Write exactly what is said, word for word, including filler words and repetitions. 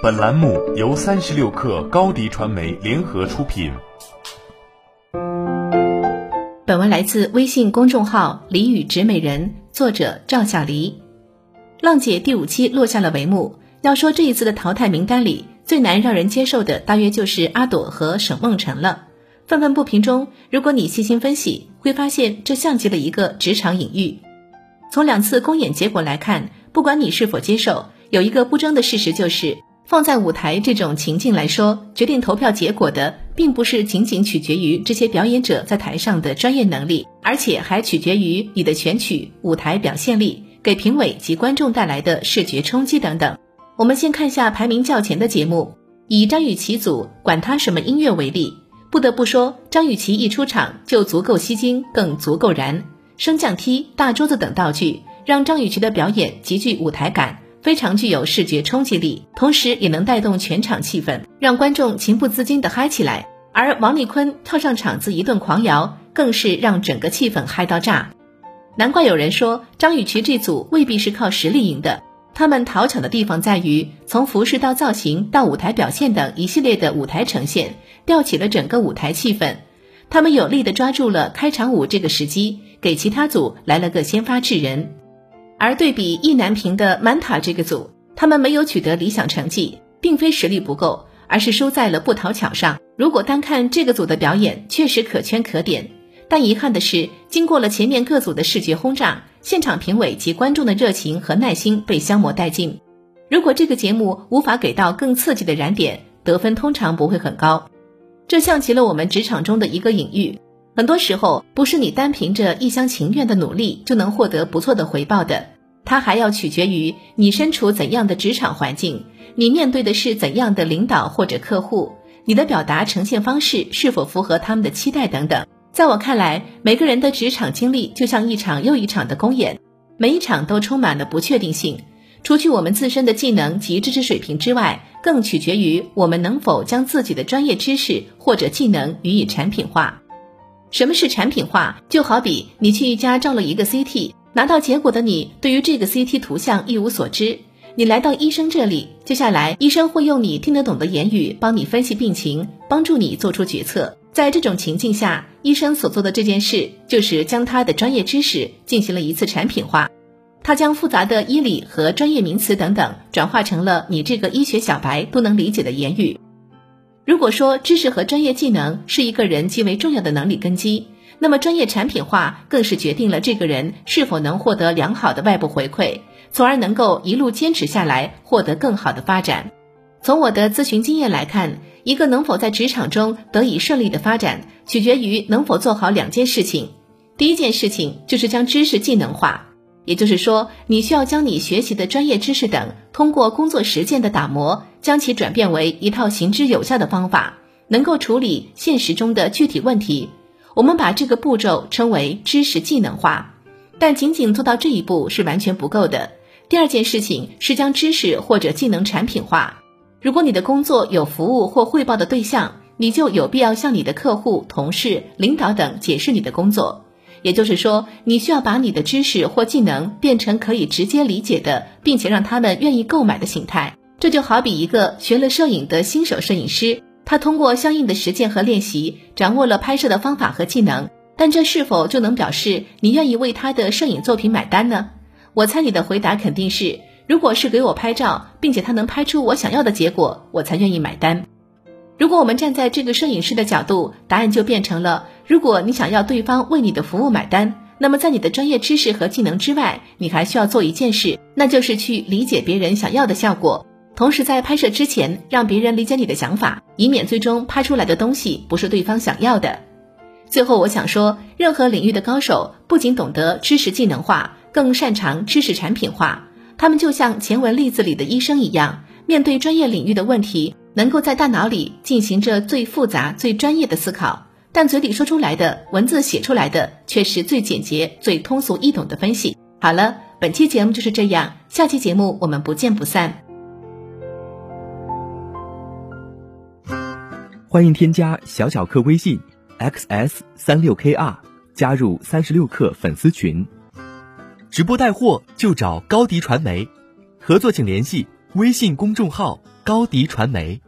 本栏目由三十六氪高迪传媒联合出品。 本文来自微信公众号李宇植美人，作者赵小黎。浪姐第五期落下了帷幕，要说这一次的淘汰名单里最难让人接受的大约就是阿朵和沈梦辰了。愤愤不平中，如果你细心分析，会发现这像极了一个职场隐喻。从两次公演结果来看，不管你是否接受，有一个不争的事实就是，放在舞台这种情境来说，决定投票结果的并不是仅仅取决于这些表演者在台上的专业能力，而且还取决于你的选曲、舞台表现力，给评委及观众带来的视觉冲击等等。我们先看下排名较前的节目，以张雨绮组管他什么音乐为例，不得不说，张雨绮一出场就足够吸睛，更足够燃。升降梯、大桌子等道具让张雨绮的表演极具舞台感，非常具有视觉冲击力，同时也能带动全场气氛，让观众情不自禁地嗨起来。而王丽坤跳上场子一顿狂摇，更是让整个气氛嗨到炸。难怪有人说张雨绮这组未必是靠实力赢的，他们讨巧的地方在于从服饰到造型到舞台表现等一系列的舞台呈现，吊起了整个舞台气氛。他们有力地抓住了开场舞这个时机，给其他组来了个先发制人。而对比意难平的曼塔这个组，他们没有取得理想成绩，并非实力不够，而是输在了不讨巧上。如果单看这个组的表演，确实可圈可点，但遗憾的是，经过了前面各组的视觉轰炸，现场评委及观众的热情和耐心被消磨殆尽。如果这个节目无法给到更刺激的燃点，得分通常不会很高。这像极了我们职场中的一个隐喻，很多时候不是你单凭着一厢情愿的努力就能获得不错的回报的，它还要取决于你身处怎样的职场环境，你面对的是怎样的领导或者客户，你的表达呈现方式是否符合他们的期待等等。在我看来，每个人的职场经历就像一场又一场的公演，每一场都充满了不确定性。除去我们自身的技能及知识水平之外，更取决于我们能否将自己的专业知识或者技能予以产品化。什么是产品化？就好比你去一家照了一个 C T， 拿到结果的你对于这个 C T 图像一无所知，你来到医生这里，接下来医生会用你听得懂的言语帮你分析病情，帮助你做出决策。在这种情境下，医生所做的这件事就是将他的专业知识进行了一次产品化，他将复杂的医理和专业名词等等转化成了你这个医学小白都能理解的言语。如果说知识和专业技能是一个人极为重要的能力根基，那么专业产品化更是决定了这个人是否能获得良好的外部回馈，从而能够一路坚持下来，获得更好的发展。从我的咨询经验来看，一个能否在职场中得以顺利的发展，取决于能否做好两件事情。第一件事情就是将知识技能化，也就是说，你需要将你学习的专业知识等，通过工作实践的打磨，将其转变为一套行之有效的方法，能够处理现实中的具体问题。我们把这个步骤称为知识技能化。但仅仅做到这一步是完全不够的。第二件事情是将知识或者技能产品化。如果你的工作有服务或汇报的对象，你就有必要向你的客户、同事、领导等解释你的工作。也就是说，你需要把你的知识或技能变成可以直接理解的，并且让他们愿意购买的形态。这就好比一个学了摄影的新手摄影师，他通过相应的实践和练习，掌握了拍摄的方法和技能，但这是否就能表示你愿意为他的摄影作品买单呢？我猜你的回答肯定是，如果是给我拍照，并且他能拍出我想要的结果，我才愿意买单。如果我们站在这个摄影师的角度，答案就变成了，如果你想要对方为你的服务买单，那么在你的专业知识和技能之外，你还需要做一件事，那就是去理解别人想要的效果，同时在拍摄之前让别人理解你的想法，以免最终拍出来的东西不是对方想要的。最后我想说，任何领域的高手不仅懂得知识技能化，更擅长知识产品化。他们就像前文例子里的医生一样，面对专业领域的问题，能够在大脑里进行着最复杂、最专业的思考，但嘴里说出来的、文字写出来的却是最简洁、最通俗易懂的分析。好了，本期节目就是这样，下期节目我们不见不散。 欢迎添加小小客微信 X S 三六 K R 加入三十六氪粉丝群，直播带货就找高迪传媒，合作请联系微信公众号高迪传媒。